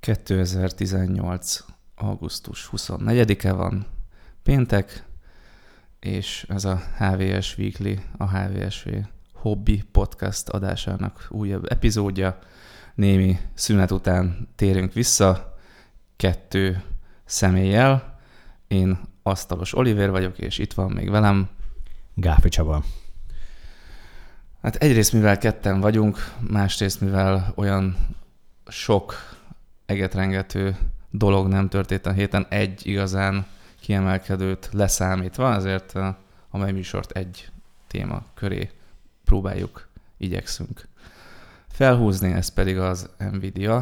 2018. augusztus 24-e van, péntek, és ez a HVS Weekly, a HVSV Hobby Podcast adásának újabb epizódja. Némi szünet után térünk vissza 2 személlyel. Én Asztalos Olivér vagyok, és itt van még velem Gáfi Csaba. Hát egyrészt mivel ketten vagyunk, másrészt mivel olyan sok egetrengető dolog nem történt a héten, egy igazán kiemelkedőt leszámítva, ezért a mai műsort egy téma köré igyekszünk felhúzni, ez pedig az Nvidia,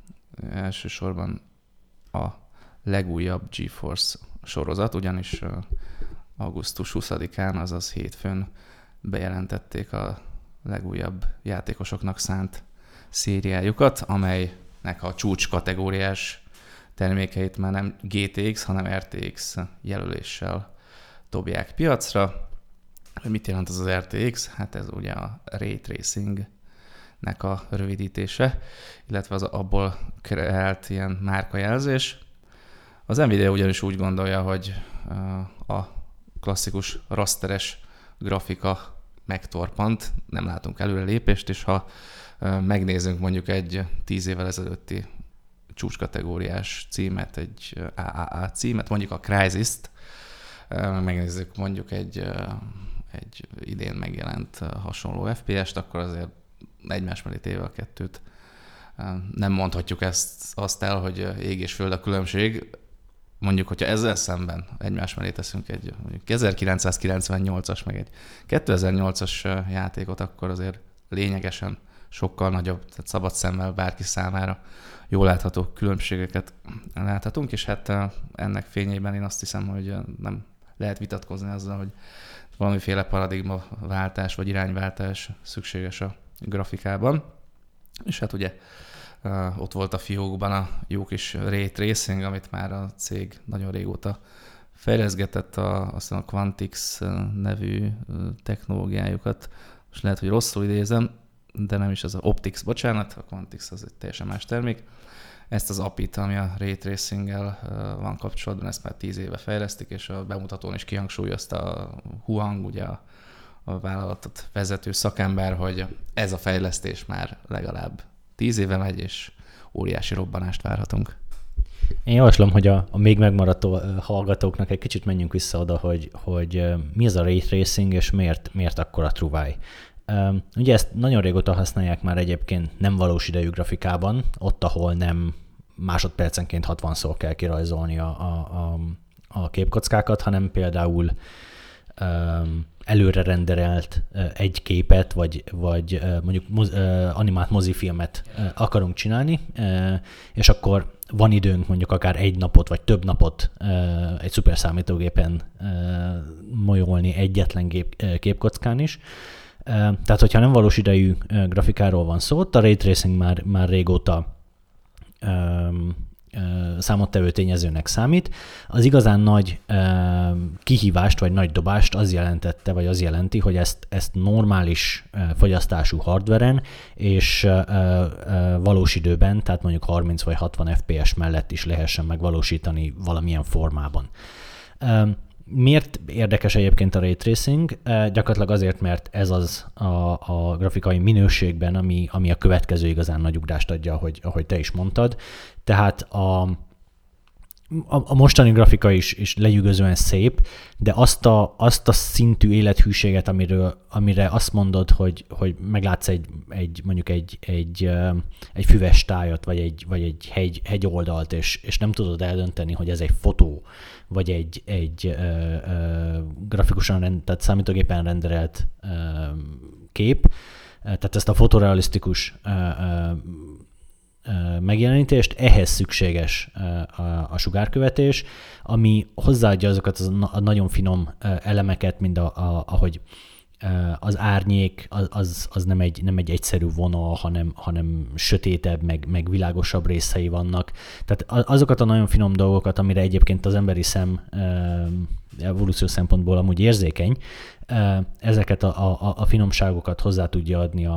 elsősorban a legújabb GeForce sorozat, ugyanis augusztus 20-án, azaz hétfőn bejelentették a legújabb játékosoknak szánt szériájukat, amelynek a csúcs kategóriás termékeit már nem GTX, hanem RTX jelöléssel dobják piacra. Mit jelent az RTX? Hát ez ugye a Ray Tracing-nek a rövidítése, illetve az abból kreált ilyen márkajelzés. Az Nvidia ugyanis úgy gondolja, hogy a klasszikus rasteres grafika megtorpant, nem látunk előrelépést, és ha megnézzünk mondjuk egy 10 évvel ezelőtti csúcskategóriás címet, egy AAA címet, mondjuk a Crysis-t, megnézzük mondjuk egy idén megjelent hasonló FPS-t, akkor azért egymás mellé téve a kettőt nem mondhatjuk azt el, hogy ég és föld a különbség. Mondjuk, hogyha ezzel szemben egymás mellé teszünk egy mondjuk 1998-as, meg egy 2008-as játékot, akkor azért lényegesen sokkal nagyobb, tehát szabad szemmel bárki számára jól látható különbségeket láthatunk, és hát ennek fényében én azt hiszem, hogy nem lehet vitatkozni azzal, hogy valamiféle paradigmaváltás vagy irányváltás szükséges a grafikában. És hát ugye ott volt a fiókban a jó kis Ray Tracing, amit már a cég nagyon régóta fejleszgetett, aztán a Quantix nevű technológiájukat. Most lehet, hogy rosszul idézem, de nem is az Optix, bocsánat, a Quantix az egy teljesen más termék. Ezt az API-t, ami a Ray Tracing-gel van kapcsolatban, ezt már 10 éve fejlesztik, és a bemutatón is kihangsúlyozta a Huang, ugye a vállalatot vezető szakember, hogy ez a fejlesztés már legalább 10 éve megy, és óriási robbanást várhatunk. Én javaslom, hogy a még megmaradt hallgatóknak egy kicsit menjünk vissza oda, hogy mi az a Ray Tracing, és miért akkora truváj. Ugye ezt nagyon régóta használják már egyébként nem valós idejű grafikában, ott, ahol nem másodpercenként 60-szor kell kirajzolni a képkockákat, hanem például előre renderelt egy képet, vagy mondjuk animált mozifilmet akarunk csinálni, és akkor van időnk mondjuk akár egy napot, vagy több napot egy szuperszámítógépen molyolni egyetlen képkockán is. Tehát, hogyha nem valós idejű grafikáról van szó, a Ray Tracing már régóta számottevő tényezőnek számít. Az igazán nagy kihívást, vagy nagy dobást az jelenti, hogy ezt normális fogyasztású hardveren és valós időben, tehát mondjuk 30 vagy 60 FPS mellett is lehessen megvalósítani valamilyen formában. Miért érdekes egyébként a Ray Tracing? Gyakorlatilag azért, mert ez az a grafikai minőségben, ami a következő igazán nagy ugrást adja, ahogy te is mondtad. Tehát a mostani grafika is lenyűgözően szép, de azt a szintű élethűséget, amire azt mondod, hogy meglátsz mondjuk egy füves tájat, vagy egy hegyoldalt, és nem tudod eldönteni, hogy ez egy fotó, vagy egy grafikusan, tehát számítógépen renderelt kép. Tehát ezt a fotorealisztikus megjelenítést, ehhez szükséges a sugárkövetés, ami hozzáadja azokat a nagyon finom elemeket, mint ahogy az árnyék az nem egy egyszerű vonal, hanem sötétebb, meg világosabb részei vannak. Tehát azokat a nagyon finom dolgokat, amire egyébként az emberi szem evolúció szempontból amúgy érzékeny, ezeket a finomságokat hozzá tudja adni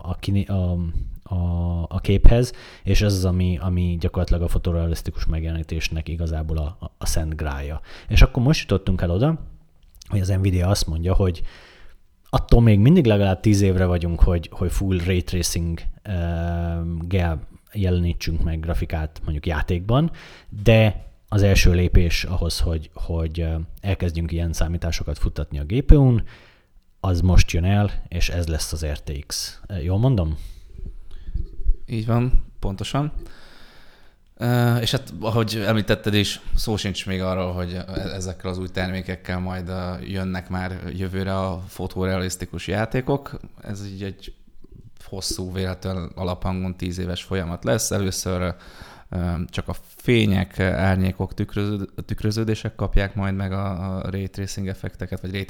a képhez, és ez az, ami gyakorlatilag a fotorealisztikus megjelenítésnek igazából a szent grálja. És akkor most jutottunk el oda, hogy az Nvidia azt mondja, hogy attól még mindig legalább 10 évre vagyunk, hogy full ray tracing-gel jelenítsünk meg grafikát mondjuk játékban, de az első lépés ahhoz, hogy elkezdjünk ilyen számításokat futtatni a GPU-n, az most jön el, és ez lesz az RTX. Jól mondom? Így van, pontosan. És hát, ahogy említetted is, szó sincs még arról, hogy ezekkel az új termékekkel majd jönnek már jövőre a fotorealisztikus játékok. Ez így egy hosszú, véletlen alaphangon 10 éves folyamat lesz. Először csak a fények, árnyékok, tükröződések kapják majd meg a ray tracing effekteket, vagy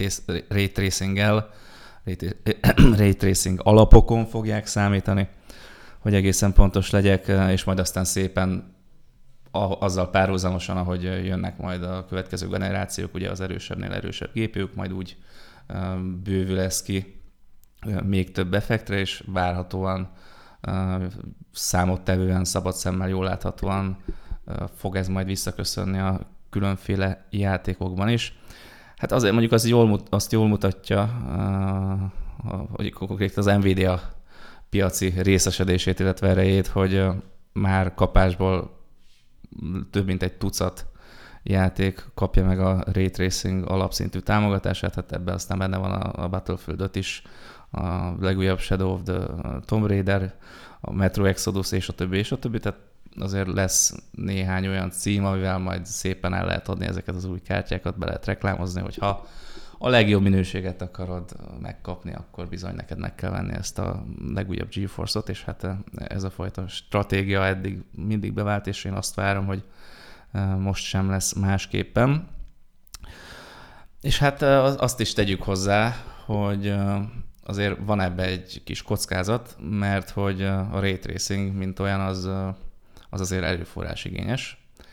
ray tracing alapokon fogják számítani, hogy egészen pontos legyek, és majd aztán szépen azzal párhuzamosan, ahogy jönnek majd a következő generációk, ugye az erősebbnél erősebb GPU-k, majd úgy bővül ez ki még több effektre, és várhatóan számottevően, szabad szemmel jól láthatóan fog ez majd visszaköszönni a különféle játékokban is. Hát azért mondjuk azt jól mutatja, hogy konkrétan az Nvidia piaci részesedését, illetve erejét, hogy már kapásból több mint egy tucat játék kapja meg a Ray Tracing alapszintű támogatását, hát ebben aztán benne van a Battlefield 5 is, a legújabb Shadow of the Tomb Raider, a Metro Exodus és a többi, tehát azért lesz néhány olyan cím, amivel majd szépen el lehet adni ezeket az új kártyákat, be lehet reklámozni, hogy ha a legjobb minőséget akarod megkapni, akkor bizony neked meg kell venni ezt a legújabb GeForce-ot, és hát ez a fajta stratégia eddig mindig bevált, és én azt várom, hogy most sem lesz másképpen. És hát azt is tegyük hozzá, hogy azért van ebbe egy kis kockázat, mert hogy a Ray Tracing, mint olyan, az azért erőforrás igényes,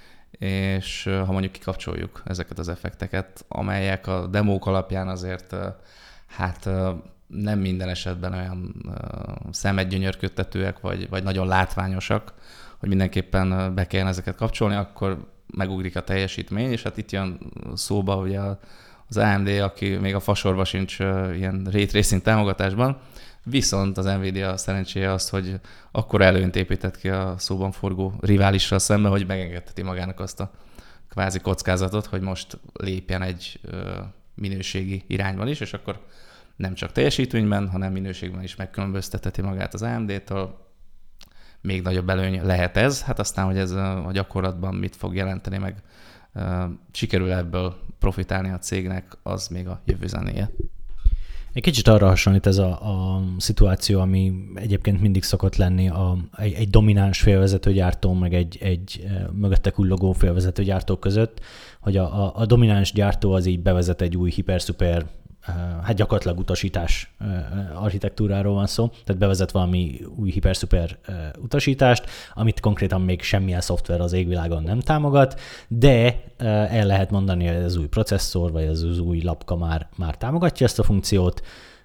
és ha mondjuk kikapcsoljuk ezeket az effekteket, amelyek a demók alapján azért hát nem minden esetben olyan szemet gyönyörködtetőek, vagy nagyon látványosak, hogy mindenképpen be kellene ezeket kapcsolni, akkor megugrik a teljesítmény, és hát itt jön szóba ugye az AMD, aki még a fasorba sincs ilyen Ray Tracing támogatásban, viszont az Nvidia szerencséje az, hogy akkora előnyt épített ki a szóban forgó riválissal szemben, hogy megengedheti magának azt a kvázi kockázatot, hogy most lépjen egy minőségi irányban is, és akkor nem csak teljesítményben, hanem minőségben is megkülönböztetheti magát az AMD-től. Még nagyobb előny lehet ez, hát aztán, hogy ez a gyakorlatban mit fog jelenteni, meg sikerül ebből profitálni a cégnek, az még a jövő zenéje. Egy kicsit arra hasonlít ez a szituáció, ami egyébként mindig szokott lenni egy domináns félvezetőgyártó, meg egy mögötte kullogó félvezetőgyártó között, hogy a domináns gyártó az így bevezet egy új hiper-szuper, hát gyakorlatilag utasítás architektúráról van szó, tehát bevezet valami új hiper-szuper utasítást, amit konkrétan még semmilyen szoftver az égvilágon nem támogat, de el lehet mondani, hogy az új processzor, vagy az új lapka már támogatja ezt a funkciót.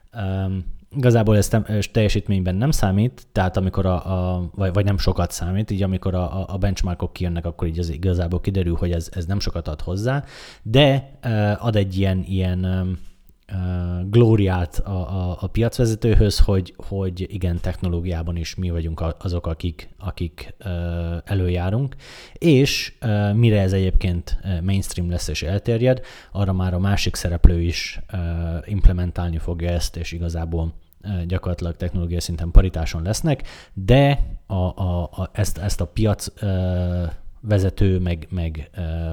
Igazából ez teljesítményben nem számít, tehát amikor vagy nem sokat számít, így amikor a benchmarkok kijönnek, akkor így az igazából kiderül, hogy ez nem sokat ad hozzá, de ad egy ilyen glóriát a piacvezetőhöz, hogy igen, technológiában is mi vagyunk azok, akik előjárunk, és mire ez egyébként mainstream lesz és elterjed, arra már a másik szereplő is implementálni fogja ezt, és igazából gyakorlatilag technológiai szinten paritáson lesznek, de ezt a piac vezető, meg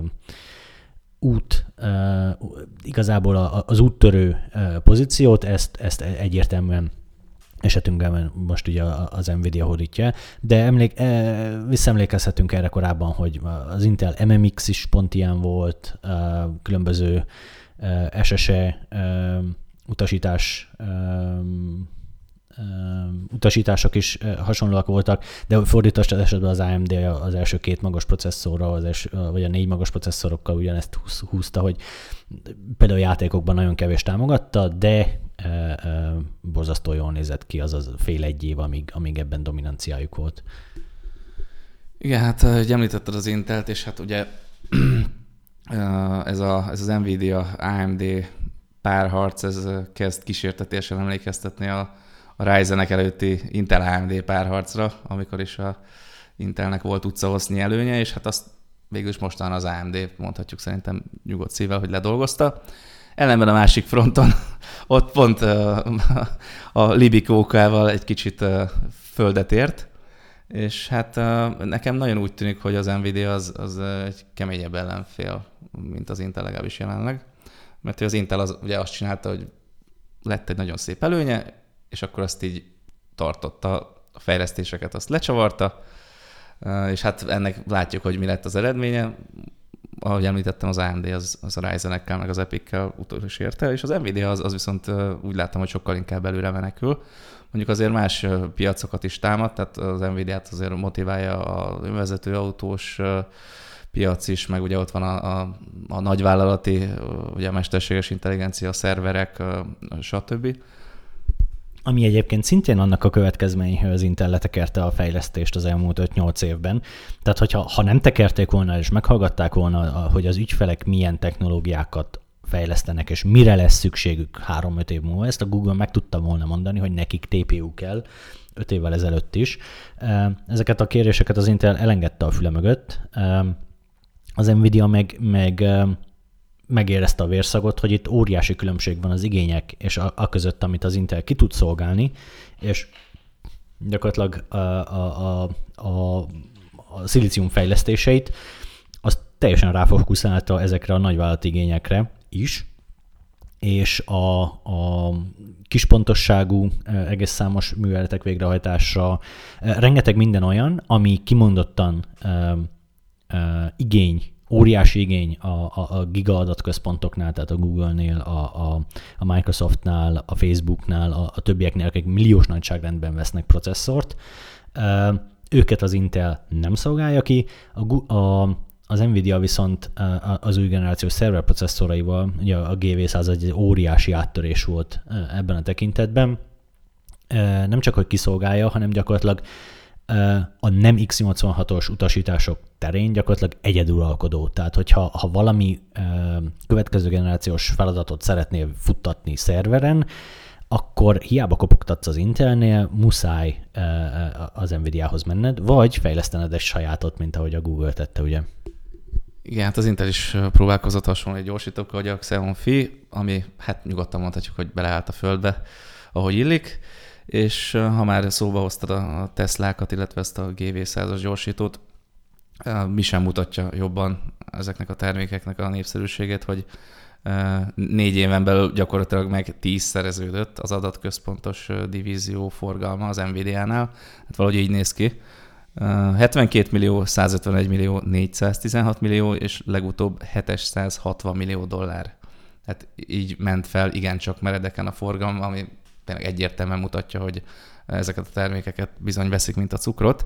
igazából az úttörő pozíciót, ezt egyértelműen esetünkben most ugye az Nvidia hódítja, de visszaemlékezhetünk erre korábban, hogy az Intel MMX is pont ilyen volt, különböző SSE utasítások is hasonlóak voltak, de fordított esetben az AMD az első 2 magas processzorral, vagy a 4 magas processzorokkal ugyanezt húzta, hogy például játékokban nagyon kevés támogatta, de borzasztó jól nézett ki az fél egy év, amíg ebben dominanciájuk volt. Igen, hát ugye említetted az Intelt, és hát ugye ez az Nvidia AMD párharc, ez kezd kísértetésen emlékeztetni a Ryzenek előtti Intel AMD párharcra, amikor is a Intelnek volt utcahosznyi előnye, és hát azt végül is mostan az AMD, mondhatjuk szerintem nyugodt szívvel, hogy ledolgozta. Ellenben a másik fronton ott pont a Libikókával egy kicsit földet ért, és hát nekem nagyon úgy tűnik, hogy az Nvidia az egy keményebb ellenfél, mint az Intel legalábbis jelenleg. Mert az Intel ugye azt csinálta, hogy lett egy nagyon szép előnye, és akkor azt így tartotta, a fejlesztéseket azt lecsavarta, és hát ennek látjuk, hogy mi lett az eredménye. Ahogy említettem, az AMD az a Ryzenekkel, meg az Epic-kel utol is érte, és az Nvidia az viszont úgy láttam, hogy sokkal inkább előre menekül. Mondjuk azért más piacokat is támad, tehát az Nvidia-t azért motiválja a önvezető autós piac is, meg ugye ott van a nagyvállalati, ugye a mesterséges intelligencia, a szerverek, stb. Ami egyébként szintén annak a következménye, hogy az Intel letekerte a fejlesztést az elmúlt 5-8 évben. Tehát, hogyha nem tekerték volna, és meghallgatták volna, hogy az ügyfelek milyen technológiákat fejlesztenek, és mire lesz szükségük 3-5 év múlva, ezt a Google meg tudta volna mondani, hogy nekik TPU kell, 5 évvel ezelőtt is. Ezeket a kéréseket az Intel elengedte a füle mögött. Az Nvidia meg megérezte a vérszagot, hogy itt óriási különbség van az igények és a között, amit az Intel ki tud szolgálni, és gyakorlatilag a szilícium fejlesztéseit azt teljesen ráfókuszálta ezekre a nagyvállalati igényekre is, és a kispontosságú egész számos műveletek végrehajtásra rengeteg minden olyan, ami kimondottan óriási igény a giga adatközpontoknál, tehát a Google-nél, a Microsoftnál, a Facebooknál, a többieknél, akik milliós nagyságrendben vesznek processzort. Őket az Intel nem szolgálja ki, az Nvidia viszont az új generációs szerverprocesszoraival, ugye a GV100 egy óriási áttörés volt ebben a tekintetben. Nem csak, hogy kiszolgálja, hanem gyakorlatilag a nem x86-os utasítások terén gyakorlatilag egyeduralkodó. Tehát, hogyha valami következő generációs feladatot szeretnél futtatni szerveren, akkor hiába kopogtatsz az Intelnél, muszáj az Nvidiához menned, vagy fejlesztened egy sajátot, mint ahogy a Google tette, ugye? Igen, hát az Intel is próbálkozott hasonló egy gyorsítókkal, hogy a Xeon Phi, ami hát nyugodtan mondhatjuk, hogy beleállt a földbe, ahogy illik, és ha már szóba hoztad a Teslákat, illetve ezt a GV100-as gyorsítót, mi sem mutatja jobban ezeknek a termékeknek a népszerűségét, hogy 4 éven belül gyakorlatilag meg 10-szereződött az adatközpontos divízió forgalma az Nvidia-nál. Hát valahogy így néz ki. 72 millió, 151 millió, 416 millió, és legutóbb 760 millió dollár. Hát így ment fel igencsak meredeken a forgalom, ami tényleg egyértelműen mutatja, hogy ezeket a termékeket bizony veszik, mint a cukrot.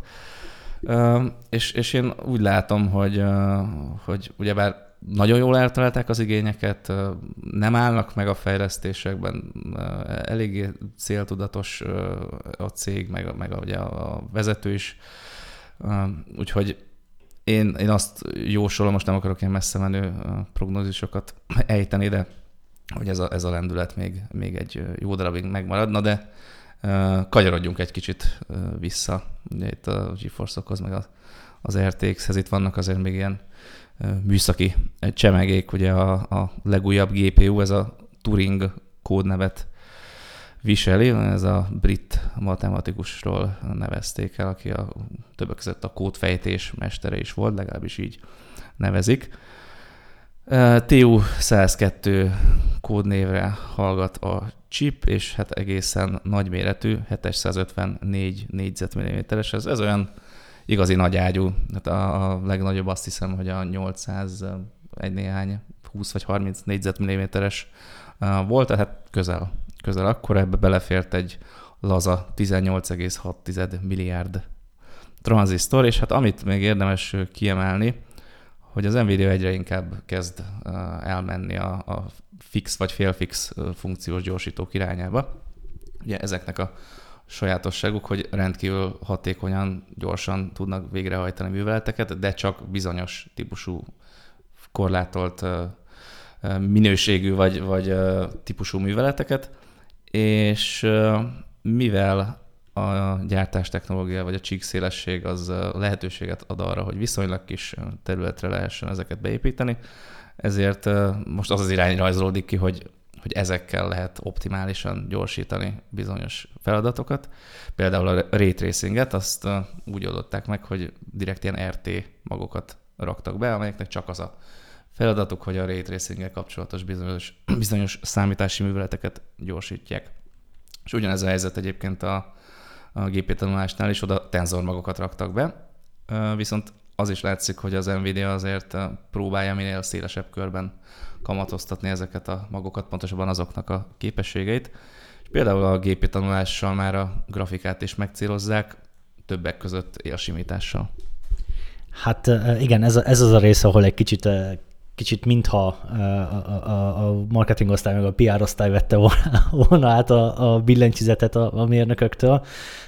És én úgy látom, hogy ugyebár nagyon jól eltalálták az igényeket, nem állnak meg a fejlesztésekben, eléggé céltudatos a cég, meg ugye a vezető is. Úgyhogy én azt jósolom, most nem akarok ilyen messze menő prognózisokat ejteni, de hogy ez a lendület még egy jó darabig megmaradna, de kanyarodjunk egy kicsit vissza. Ugye itt a GeForce-okhoz, meg az RTX-hez itt vannak azért még ilyen műszaki csemegék, ugye a legújabb GPU, ez a Turing kódnevet viseli, ez a brit matematikusról nevezték el, aki többek között a kódfejtés mestere is volt, legalábbis így nevezik. TU-102 kódnévre hallgat a chip, és hát egészen nagyméretű, 754 négyzetmilliméteres, ez olyan igazi nagy ágyú. Hát a legnagyobb azt hiszem, hogy a 800 egy néhány 20 vagy 30 négyzetmilliméteres volt, hát közel akkor ebbe belefért egy laza 18,6 milliárd tranzisztor, és hát amit még érdemes kiemelni, hogy az Nvidia egyre inkább kezd elmenni a fix vagy félfix funkciós gyorsítók irányába. Ugye ezeknek a sajátosságuk, hogy rendkívül hatékonyan, gyorsan tudnak végrehajtani műveleteket, de csak bizonyos típusú korlátolt minőségű vagy típusú műveleteket, és mivel a gyártás technológia vagy a csíkszélesség az lehetőséget ad arra, hogy viszonylag kis területre lehessen ezeket beépíteni, ezért most az irány rajzolódik ki, hogy ezekkel lehet optimálisan gyorsítani bizonyos feladatokat. Például a ray tracinget azt úgy oldották meg, hogy direkt ilyen RT magokat raktak be, amelyeknek csak az a feladatuk, hogy a ray tracinggel kapcsolatos bizonyos számítási műveleteket gyorsítják. És ugyanez a helyzet egyébként a gépi tanulásnál is, oda tenzormagokat raktak be, viszont az is látszik, hogy az Nvidia azért próbálja minél szélesebb körben kamatoztatni ezeket a magokat, pontosabban azoknak a képességeit. És például a gépi tanulással már a grafikát is megcélozzák, többek között élsimítással. Hát igen, ez az a rész, ahol egy kicsit mintha a marketing osztály meg a PR osztály vette volna át a billentyűzetet a mérnököktől.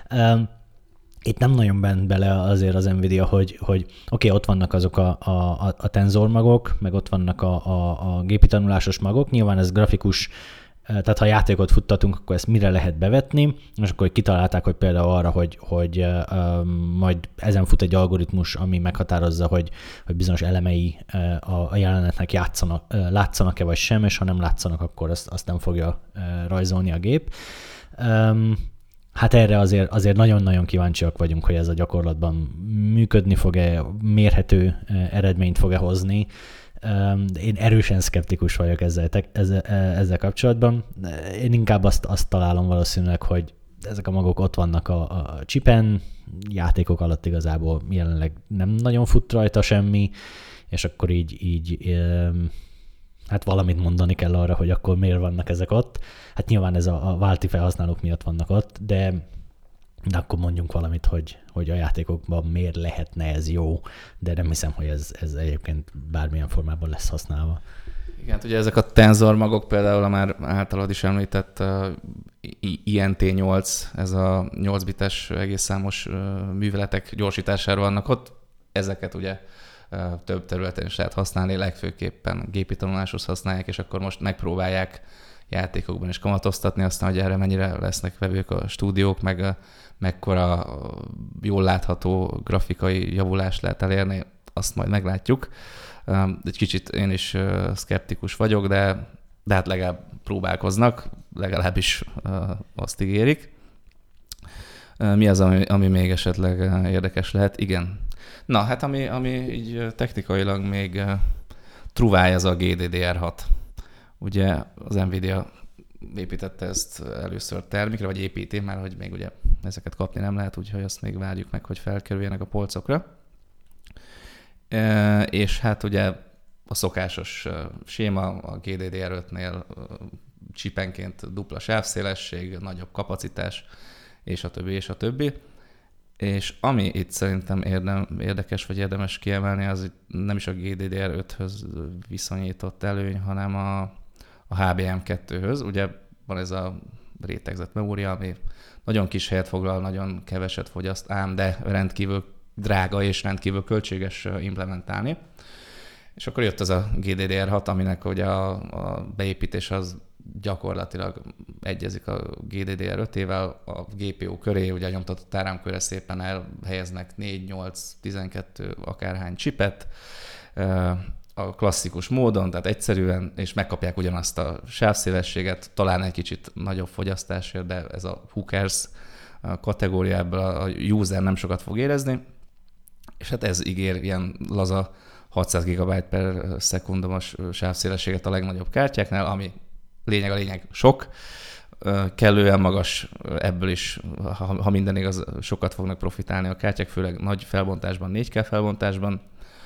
Itt nem nagyon bent bele azért az Nvidia, hogy oké, ott vannak azok a tenzormagok, meg ott vannak a gépi tanulásos magok. Nyilván ez grafikus, tehát ha játékot futtatunk, akkor ezt mire lehet bevetni, és akkor kitalálták, hogy például arra, hogy majd ezen fut egy algoritmus, ami meghatározza, hogy bizonyos elemei a jelenetnek látszanak-e vagy sem, és ha nem látszanak, akkor azt nem fogja rajzolni a gép. Hát erre azért nagyon-nagyon kíváncsiak vagyunk, hogy ez a gyakorlatban működni fog-e, mérhető eredményt fog-e hozni. Én erősen szkeptikus vagyok ezzel kapcsolatban. Én inkább azt találom valószínűleg, hogy ezek a magok ott vannak a chipen, játékok alatt igazából jelenleg nem nagyon fut rajta semmi, és akkor így hát valamit mondani kell arra, hogy akkor miért vannak ezek ott. Hát nyilván ez a válti felhasználók miatt vannak ott, de akkor mondjunk valamit, hogy a játékokban miért lehetne ez jó, de nem hiszem, hogy ez egyébként bármilyen formában lesz használva. Igen, ugye ezek a tenzormagok például a már általad is említett INT8, ez a 8 bites egész számos műveletek gyorsítására vannak ott. Ezeket ugye több területen is lehet használni, legfőképpen gépi tanuláshoz használják, és akkor most megpróbálják játékokban is kamatoztatni, aztán, hogy erre mennyire lesznek vevők a stúdiók, meg mekkora jól látható grafikai javulást lehet elérni, azt majd meglátjuk. Egy kicsit én is szkeptikus vagyok, de hát legalább próbálkoznak, legalábbis azt ígérik. Mi az, ami még esetleg érdekes lehet? Igen. Na, hát ami így technikailag még truváj, az a GDDR6. Ugye az Nvidia építette ezt először termékre, vagy építi, már hogy még ugye ezeket kapni nem lehet, úgyhogy azt még várjuk meg, hogy felkerüljenek a polcokra. És hát ugye a szokásos séma a GDDR5-nél csipenként dupla sávszélesség, nagyobb kapacitás, és a többi, és a többi. És ami itt szerintem érdekes, vagy érdemes kiemelni, az nem is a GDDR5-höz viszonyított előny, hanem a HBM2-höz. Ugye van ez a rétegzett memória, ami nagyon kis helyet foglal, nagyon keveset fogyaszt, ám de rendkívül drága és rendkívül költséges implementálni. És akkor jött ez a GDDR6, aminek ugye a beépítés az gyakorlatilag egyezik a GDDR5-ével, a GPU köré, ugye a nyomtatott áramkörre szépen elhelyeznek 4, 8, 12 akárhány chipet a klasszikus módon, tehát egyszerűen, és megkapják ugyanazt a sávszélességet, talán egy kicsit nagyobb fogyasztásért, de ez a who cares kategóriából a user nem sokat fog érezni, és hát ez ígér ilyen laza 600 GB per szekundumos sávszélességet a legnagyobb kártyáknál, ami lényeg sok, kellően magas, ebből is, ha minden igaz, sokat fognak profitálni a kártyák, főleg nagy felbontásban, 4K felbontásban.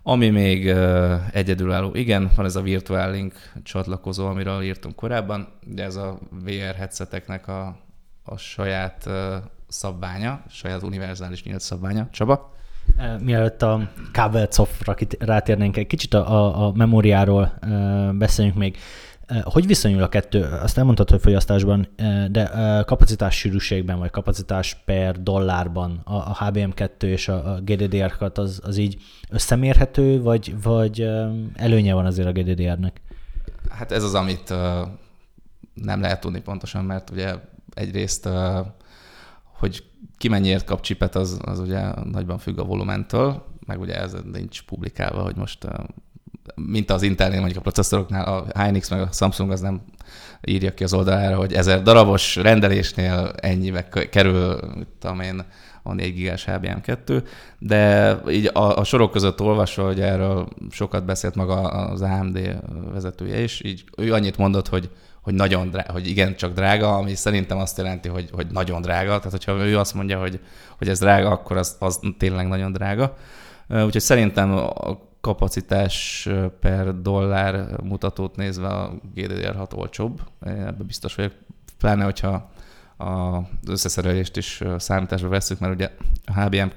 Ami még egyedülálló, igen, van ez a Virtual Link csatlakozó, amiről írtunk korábban, de ez a VR headseteknek a saját szabványa, saját univerzális nyílt szabványa. Csaba? Mielőtt a kábelt softra rátérnénk, egy kicsit a memóriáról beszéljünk még. Hogy viszonyul a kettő? Azt elmondtad, hogy fogyasztásban, de kapacitás sűrűségben, vagy kapacitás per dollárban a HBM2 és a GDDR-kat az így összemérhető, vagy előnye van azért a GDDR-nek? Hát ez az, amit nem lehet tudni pontosan, mert ugye egyrészt, hogy ki mennyiért kap csipet, az ugye nagyban függ a volumentől, meg ugye ez nincs publikálva, hogy most mint az Intelnél, mondjuk a processzoroknál, a Hynix meg a Samsung az nem írja ki az oldalára, hogy 1000 darabos rendelésnél ennyibe kerül, tudom én, a 4 gigás HBM2, de így a sorok között olvasva, hogy erről sokat beszélt maga az AMD vezetője is, így ő annyit mondott, hogy nagyon drága, hogy igen, csak drága, ami szerintem azt jelenti, hogy nagyon drága. Tehát, hogyha ő azt mondja, hogy ez drága, akkor az tényleg nagyon drága. Úgyhogy szerintem a kapacitás per dollár mutatót nézve a GDDR6 olcsóbb. Ebben biztos vagyok. Pláne, hogyha az összeszerelést is számításba vesszük, mert ugye a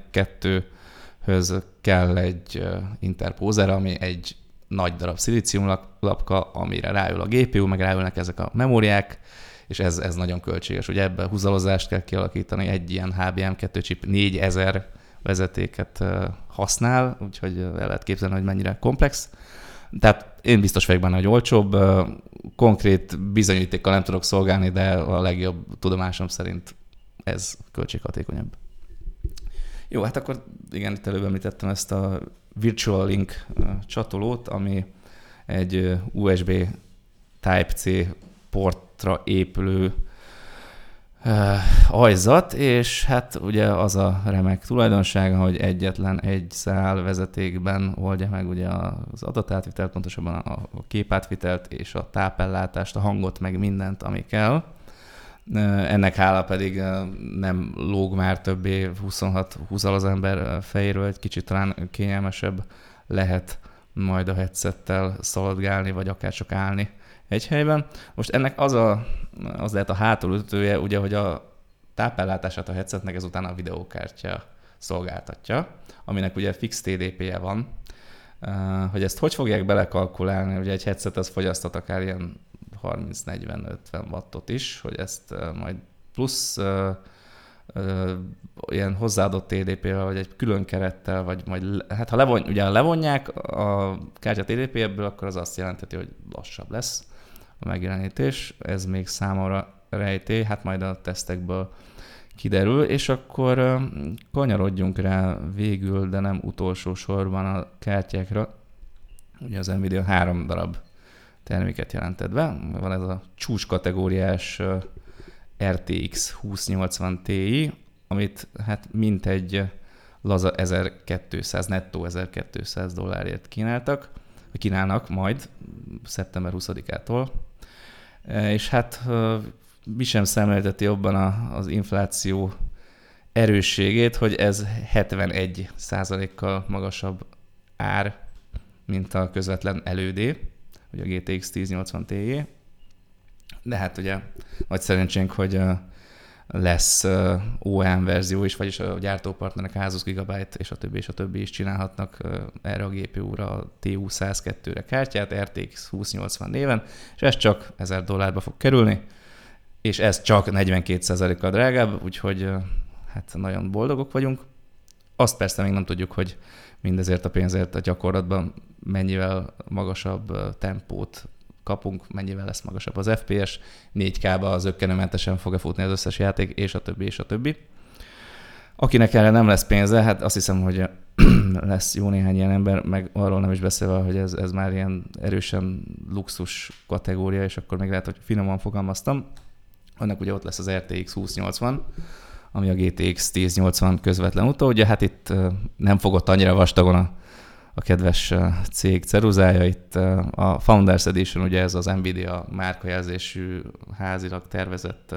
HBM2-höz kell egy interpózer, ami egy nagy darab szilíciumlapka, amire ráül a GPU, meg ráülnek ezek a memóriák, és ez nagyon költséges. Ugye ebben húzalozást kell kialakítani, egy ilyen HBM2 chip 4000 vezetéket használ, úgyhogy el lehet képzelni, hogy mennyire komplex. Tehát én biztos vagyok benne, hogy olcsóbb. Konkrét bizonyítékkal nem tudok szolgálni, de a legjobb tudomásom szerint ez költséghatékonyabb. Jó, hát akkor igen, itt előbb említettem ezt a Virtual Link csatolót, ami egy USB Type-C portra épülő ajzat, és hát ugye az a remek tulajdonsága, hogy egyetlen egy szál vezetékben oldja meg ugye az adatátvitelt, pontosabban a képátvitelt és a tápellátást, a hangot, meg mindent, ami kell. Ennek hála pedig nem lóg már többé 26 húzal az ember fejéről, egy kicsit talán kényelmesebb lehet majd a headsettel szaladgálni, vagy akár csak állni egy helyben. Most ennek az lehet a hátulütője, ugye, hogy a tápellátását a headsetnek ezután a videókártya szolgáltatja, aminek ugye fix TDP-je van. Hogy ezt hogy fogják belekalkulálni, ugye egy headset az fogyasztat akár ilyen 30-40-50 wattot is, hogy ezt majd plusz ilyen hozzáadott TDP-vel, vagy egy külön kerettel, vagy majd, hát ha levonják a kártya TDP-ebből, akkor az azt jelenteti, hogy lassabb lesz a megjelenítés. Ez még számomra rejtély, hát majd a tesztekből kiderül, és akkor kanyarodjunk rá végül, de nem utolsó sorban a kártyákra. Ugye az Nvidia 3 darab terméket jelentett be. Van ez a csúcs kategóriás RTX 2080 Ti, amit hát mintegy laza 1200, nettó $1200 kínálnak majd szeptember 20-ától. És hát mi sem szemlélteti jobban az infláció erősségét, hogy ez 71%-kal magasabb ár, mint a közvetlen elődé, ugye a GTX 1080 Ti. De hát ugye nagy szerencsénk, hogy lesz OEM verzió is, vagyis a gyártópartnerek 120 GB és a többi is csinálhatnak erre a GPU-ra, a TU102-re kártyát, RTX 2080 néven, és ez csak $1000 fog kerülni, és ez csak 42%-kal drágább, úgyhogy hát nagyon boldogok vagyunk. Azt persze még nem tudjuk, hogy mindezért a pénzért a gyakorlatban mennyivel magasabb tempót kapunk, mennyivel lesz magasabb az FPS, 4K-ba az zökkenőmentesen fog-e futni az összes játék, és a többi. Akinek erre nem lesz pénze, hát azt hiszem, hogy lesz jó néhány ilyen ember, meg arról nem is beszélve, hogy ez már ilyen erősen luxus kategória, és akkor még lehet, hogy finoman fogalmaztam. Annak ugye ott lesz az RTX 2080, ami a GTX 1080 közvetlen utódja. Hát itt nem fogott annyira vastagon a kedves cég ceruzája. Itt a Founders Edition, ugye ez az Nvidia márkajelzésű, házilag tervezett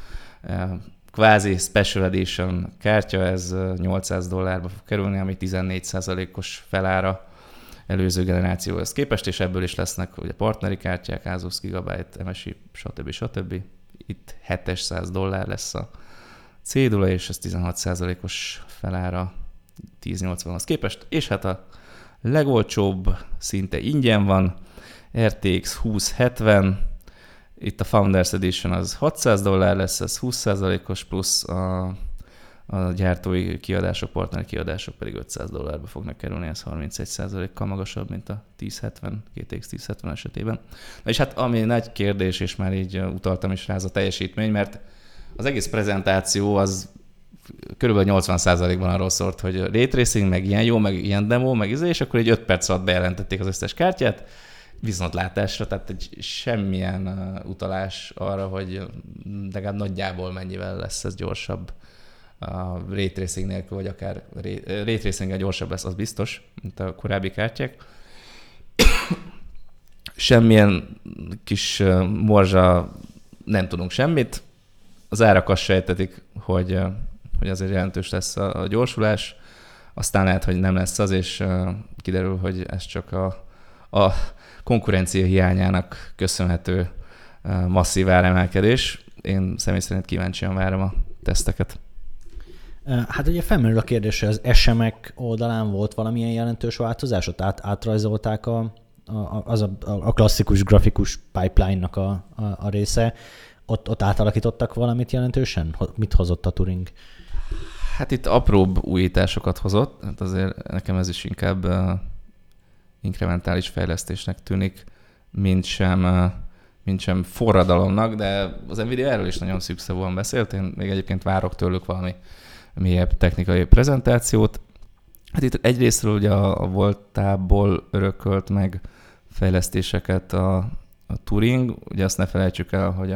kvázi Special Edition kártya, ez $800 fog kerülni, ami 14%-os felára előző generációhoz képest, és ebből is lesznek ugye partneri kártyák, Asus, Gigabyte, MSI, stb. Itt $700 lesz a cédula, és ez 16%-os felára 1080-hoz képest, és hát a legolcsóbb szinte ingyen van, RTX 2070, itt a Founders Edition az $600 lesz, ez 20%-os, plusz a gyártói kiadások, partneri kiadások pedig $500 fognak kerülni, ez 31%-kal magasabb, mint a 1070, GTX 1070 esetében. Na és hát ami nagy kérdés, és már így utaltam is rá, az a teljesítmény, mert az egész prezentáció az körülbelül 80%-ban arról szólt, hogy Ray Tracing, meg ilyen jó, meg ilyen demo, meg és akkor egy 5 perc alatt bejelentették az összes kártyát, viszontlátásra, tehát egy semmilyen utalás arra, hogy legalább nagyjából mennyivel lesz ez gyorsabb a Ray Tracing nélkül, vagy akár Ray Tracing-el gyorsabb lesz, az biztos, mint a korábbi kártyák. Semmilyen kis morzsa, nem tudunk semmit. Az árak azt sejtetik, hogy azért jelentős lesz a gyorsulás, aztán lehet, hogy nem lesz az, és kiderül, hogy ez csak a konkurencia hiányának köszönhető masszív áremelkedés. Én személy szerint kíváncsian várom a teszteket. Hát ugye felmerül a kérdés, hogy az SM-ek oldalán volt valamilyen jelentős változás? Ott átrajzolták a klasszikus grafikus pipeline-nak a része. Ott átalakítottak valamit jelentősen? Mit hozott a Turing? Hát itt apróbb újításokat hozott, hát azért nekem ez is inkább inkrementális fejlesztésnek tűnik, mint sem forradalomnak, de az Nvidia erről is nagyon szűkszavúan beszélt, én még egyébként várok tőlük valami mélyebb technikai prezentációt. Hát itt egyrésztről ugye a Voltából örökölt meg fejlesztéseket a Turing, ugye azt ne felejtsük el, hogy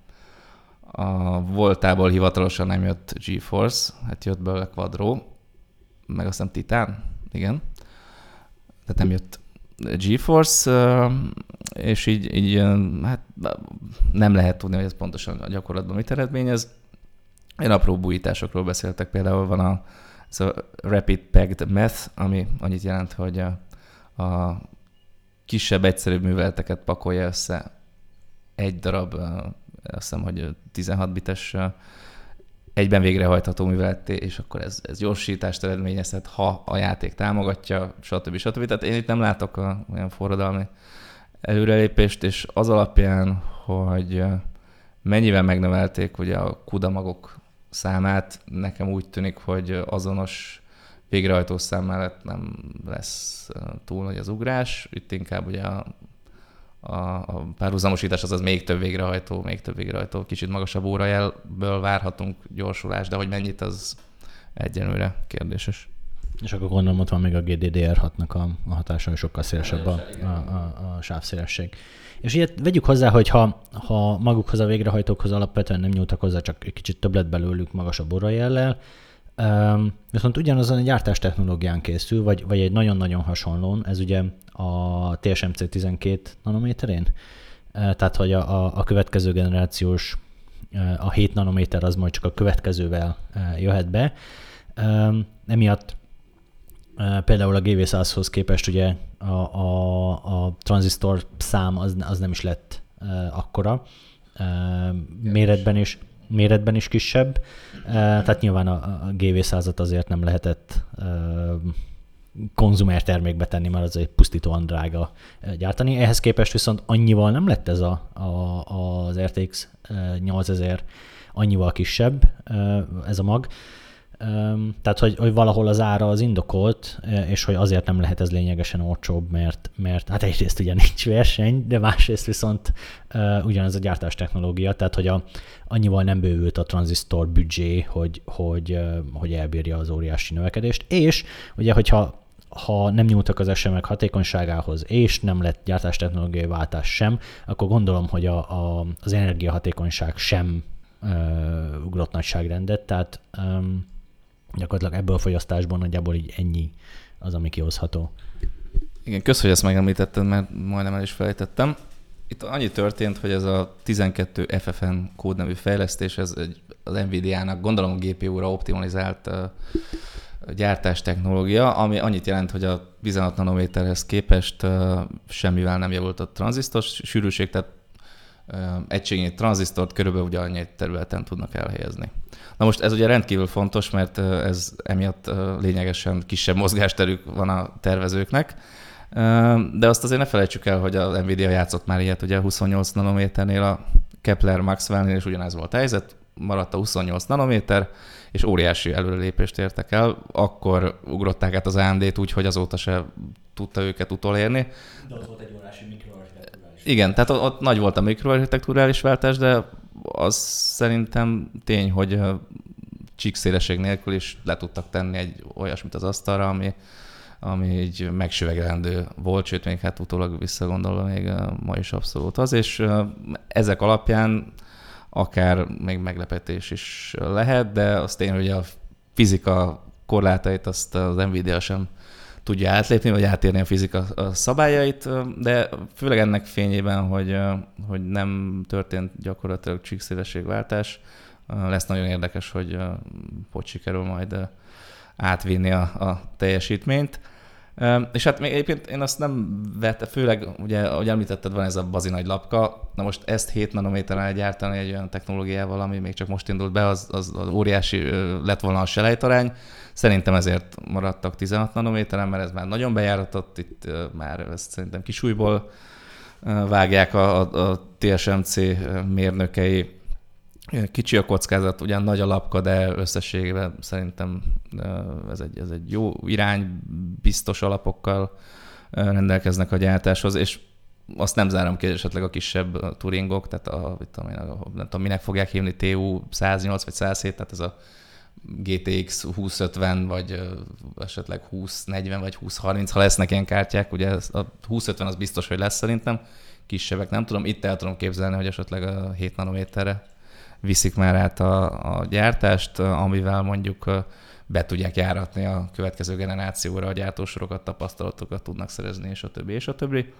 a Voltából hivatalosan nem jött GeForce, hát jött belőle Quadro, meg azt hiszem Titan, igen. Tehát nem jött GeForce, és így hát nem lehet tudni, hogy ez pontosan a gyakorlatban mit eredményez. Én apró újításokról beszéltek, például van ez a Rapid Packed Math, ami annyit jelent, hogy a kisebb, egyszerűbb műveleteket pakolja össze egy darab, azt hiszem, hogy 16 bites egyben végrehajtható műveletté, és akkor ez gyorsítást eredményezhet, ha a játék támogatja, stb. Tehát én itt nem látok olyan forradalmi előrelépést, és az alapján, hogy mennyivel megnövelték ugye a CUDA magok számát, nekem úgy tűnik, hogy azonos végrehajtószám mellett nem lesz túl nagy az ugrás. Itt inkább ugye a párhuzamosítás az még több végrehajtó, kicsit magasabb órajelből várhatunk gyorsulást, de hogy mennyit, az egyenlőre kérdéses. És akkor gondolom, ott van még a GDDR6-nak a hatása, hogy sokkal szélesebb a sávszélesség. És ilyet vegyük hozzá, hogy ha magukhoz a végrehajtókhoz alapvetően nem nyúltak hozzá, csak egy kicsit több lett belőlük magasabb órajellel, viszont ugyanazon a gyártás technológián készül, vagy egy nagyon-nagyon hasonlón, ez ugye a TSMC 12 nanométerén, tehát hogy a következő generációs, a 7 nanométer az majd csak a következővel jöhet be. Emiatt például a GV100-hoz képest ugye a tranzisztor szám az nem is lett akkora, méretben is kisebb, tehát nyilván a GV100-at azért nem lehetett konzumer termékbe tenni, mert az egy pusztítóan drága gyártani. Ehhez képest viszont annyival nem lett ez az RTX 8000 annyival kisebb ez a mag. Tehát, hogy valahol az ára az indokolt, és hogy azért nem lehet ez lényegesen olcsóbb, mert hát egyrészt ugye nincs verseny, de másrészt viszont ugyanaz a gyártás technológia, tehát hogy annyival nem bővült a tranzisztor büdzsé, hogy elbírja az óriási növekedést, és ugye, hogyha nem nyúltak az SM-ek hatékonyságához, és nem lett gyártás technológiai váltás sem, akkor gondolom, hogy az energiahatékonyság sem ugrott nagyságrendet, tehát gyakorlatilag ebből a fogyasztásból nagyjából így ennyi az, ami kihozható. Igen, kösz, hogy ezt megemlítetted, mert majdnem el is felejtettem. Itt annyi történt, hogy ez a 12 FFN kódnevű fejlesztés, ez az Nvidia-nak, gondolom a GPU-ra optimalizált gyártás technológia, ami annyit jelent, hogy a 16 nanométerhez képest semmivel nem javult a tranzisztor sűrűség, tehát egységnyi tranzisztort körülbelül ugyanannyi területen tudnak elhelyezni. Na most ez ugye rendkívül fontos, mert ez emiatt lényegesen kisebb mozgásterük van a tervezőknek, de azt azért ne felejtsük el, hogy a Nvidia játszott már ilyet, ugye 28 nanométernél a Kepler Maxwell-nél is ugyanez volt a helyzet, maradt a 28 nanométer, és óriási előrelépést értek el. Akkor ugrották át az AMD-t úgy, hogy azóta se tudta őket utolérni. De ott volt egy óriási mikroarchitektúrális. Igen, tehát ott nagy volt a mikroarchitektúrális váltás, de az szerintem tény, hogy csíkszélesség nélkül is le tudtak tenni egy olyasmit az asztalra, ami így megsüvegelendő volt, sőt, még hát utólag visszagondolva még ma is abszolút az, és ezek alapján akár még meglepetés is lehet, de az tény, hogy a fizika korlátait azt az Nvidia sem tudja átlépni, vagy átérni a fizika szabályait, de főleg ennek fényében, hogy nem történt gyakorlatilag csíkszélességváltás, lesz nagyon érdekes, hogy sikerül majd átvinni a teljesítményt. És hát még egyébként én azt nem vette, főleg ugye, ahogy említetted, van ez a bazi nagy lapka, na most ezt 7 nanométeren gyártani egy olyan technológiával, ami még csak most indult be, az óriási lett volna a selejtarány. Szerintem ezért maradtak 16 nanométeren, mert ez már nagyon bejáratott, itt már ezt szerintem kisújból vágják a TSMC mérnökei. Kicsi a kockázat, ugyan nagy a lapka, de összességében szerintem ez egy jó irány, biztos alapokkal rendelkeznek a gyártáshoz, és azt nem zárom ki, esetleg a kisebb Turingok, tehát nem tudom, minek fogják hívni, TU 108 vagy 107, tehát ez a GTX 2050, vagy esetleg 2040 vagy 2030, ha lesznek ilyen kártyák, ugye a 2050 az biztos, hogy lesz szerintem, kisebbek nem tudom, itt el tudom képzelni, hogy esetleg a 7 nanométerre viszik már át a gyártást, amivel mondjuk be tudják járatni a következő generációra a gyártósorokat, tapasztalatokat tudnak szerezni, és a többi, és a többi.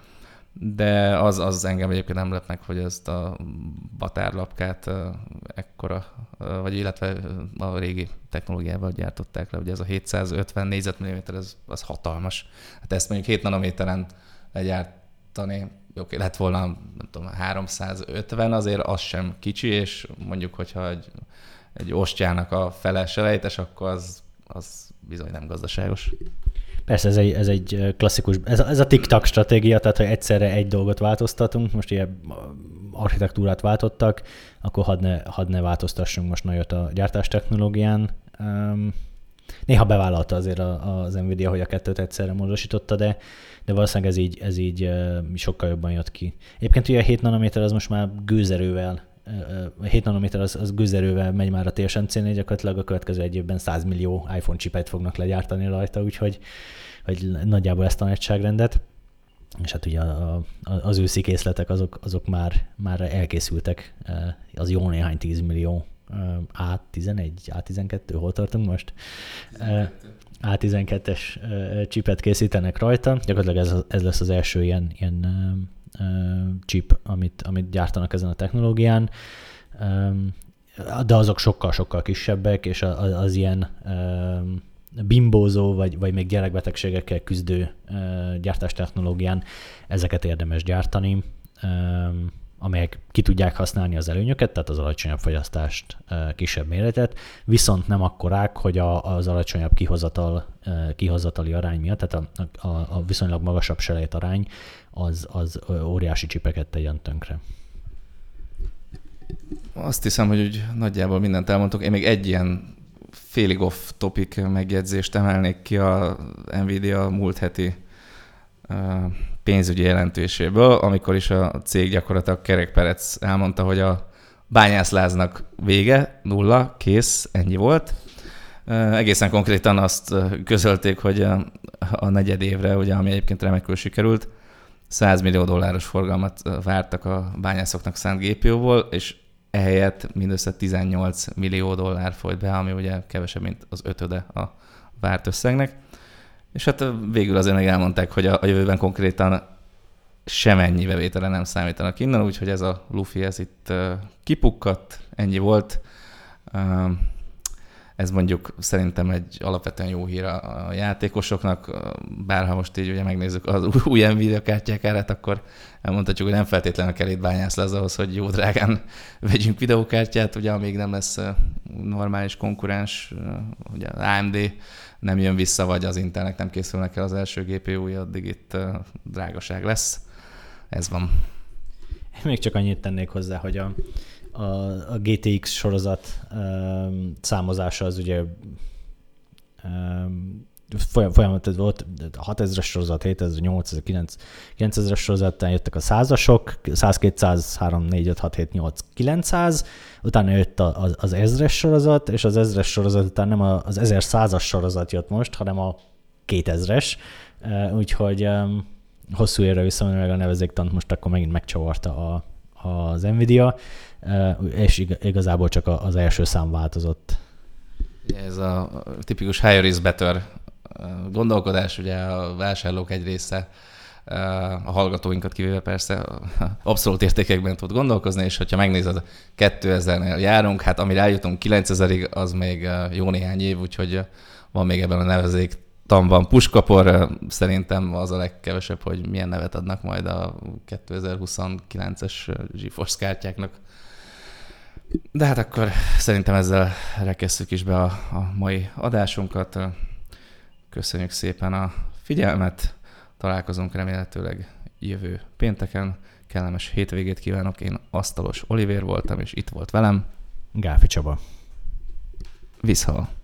De az engem egyébként nem lep meg, hogy ezt a batárlapkát ekkora, vagy illetve a régi technológiával gyártották le. Ugye ez a 750 négyzetmilliméter, az hatalmas. Hát ezt mondjuk 7 nanométeren legyártani, oké, lett volna, nem tudom, 350, azért az sem kicsi, és mondjuk, hogyha egy ostjának a fele selejtes, akkor az bizony nem gazdaságos. Persze ez egy klasszikus, ez a TikTok stratégia, tehát ha egyszerre egy dolgot változtatunk, most ilyen architektúrát váltottak, akkor hadd ne változtassunk most nagyot a gyártás technológián. Néha bevállalta azért az Nvidia, hogy a kettőt egyszerre módosította, de valószínűleg ez így sokkal jobban jött ki. Egyébként ugye a 7 nanométer az most már gőzerővel, 7 nanométer az gőzerővel megy már a TSMC-nél, gyakorlatilag a következő egy évben 100 millió iPhone chipet fognak legyártani rajta, úgyhogy nagyjából ezt a nagyságrendet. És hát ugye az őszi készletek azok már elkészültek, az jó néhány 10 millió A11, A12, hol tartunk most? A12-es chipet készítenek rajta. Gyakorlatilag ez lesz az első ilyen chip, amit gyártanak ezen a technológián. De azok sokkal-sokkal kisebbek, és az ilyen bimbózó, vagy még gyerekbetegségekkel küzdő gyártástechnológián ezeket érdemes gyártani, amelyek ki tudják használni az előnyöket, tehát az alacsonyabb fogyasztást, kisebb méretet, viszont nem akkorák, hogy az alacsonyabb kihozatali arány miatt, tehát a viszonylag magasabb selejt arány az óriási csipeket tegyen tönkre. Azt hiszem, hogy úgy nagyjából mindent elmondtuk. Én még egy ilyen félig off-topic megjegyzést emelnék ki a Nvidia múlt heti pénzügyi jelentéséből, amikor is a cég gyakorlatilag kerekperec elmondta, hogy a bányászláznak vége, nulla, kész, ennyi volt. Egészen konkrétan azt közölték, hogy a negyed évre, ugye, ami egyébként remekül sikerült, $100 millió forgalmat vártak a bányászoknak szánt GPU-ból, és ehelyett mindössze $18 millió folyt be, ami ugye kevesebb, mint az ötöde a várt összegnek. És hát végül azért még elmondták, hogy a jövőben konkrétan semennyi bevétele nem számítanak innen, úgyhogy ez a lufi, ez itt kipukkadt, ennyi volt. Ez mondjuk szerintem egy alapvetően jó hír a játékosoknak, bárha most így ugye megnézzük az új Nvidia kártyák árát, akkor elmondhatjuk, hogy nem feltétlenül kell itt bányász lesz ahhoz, hogy jó drágán vegyünk videókártyát, ugye amíg nem lesz normális konkurens, ugye az AMD nem jön vissza, vagy az Intelnek nem készülnek el az első GPU-ja, addig itt drágaság lesz. Ez van. Én még csak annyit tennék hozzá, hogy a GTX sorozat számozása az ugye folyamatos volt, 6000-es sorozat, 7000, 8000, 9000-es sorozat, utána jöttek a 100-asok, 100, 200, 3, 4, 5, 6, 7, 8, 900, utána jött az 1000-es sorozat, és az 1000-es sorozat után nem az 1100-as sorozat jött most, hanem a 2000-es, úgyhogy hosszú évre visszamenőleg a nevezéktant most akkor megint megcsavarta az Nvidia, és igazából csak az első szám változott. Ez a tipikus higher is better gondolkodás, ugye a vásárlók egy része, a hallgatóinkat kivéve persze abszolút értékekben tud gondolkozni, és hogyha megnézed, 2000-nél járunk, hát amire eljutunk 9000-ig, az még jó néhány év, úgyhogy van még ebben a nevezéktanban puskapor, szerintem az a legkevesebb, hogy milyen nevet adnak majd a 2029-es GeForce kártyáknak. De hát akkor szerintem ezzel rekesszük is be a mai adásunkat. Köszönjük szépen a figyelmet, találkozunk remélhetőleg jövő pénteken. Kellemes hétvégét kívánok, én Asztalos Olivér voltam, és itt volt velem Gálfi Csaba. Viszhal.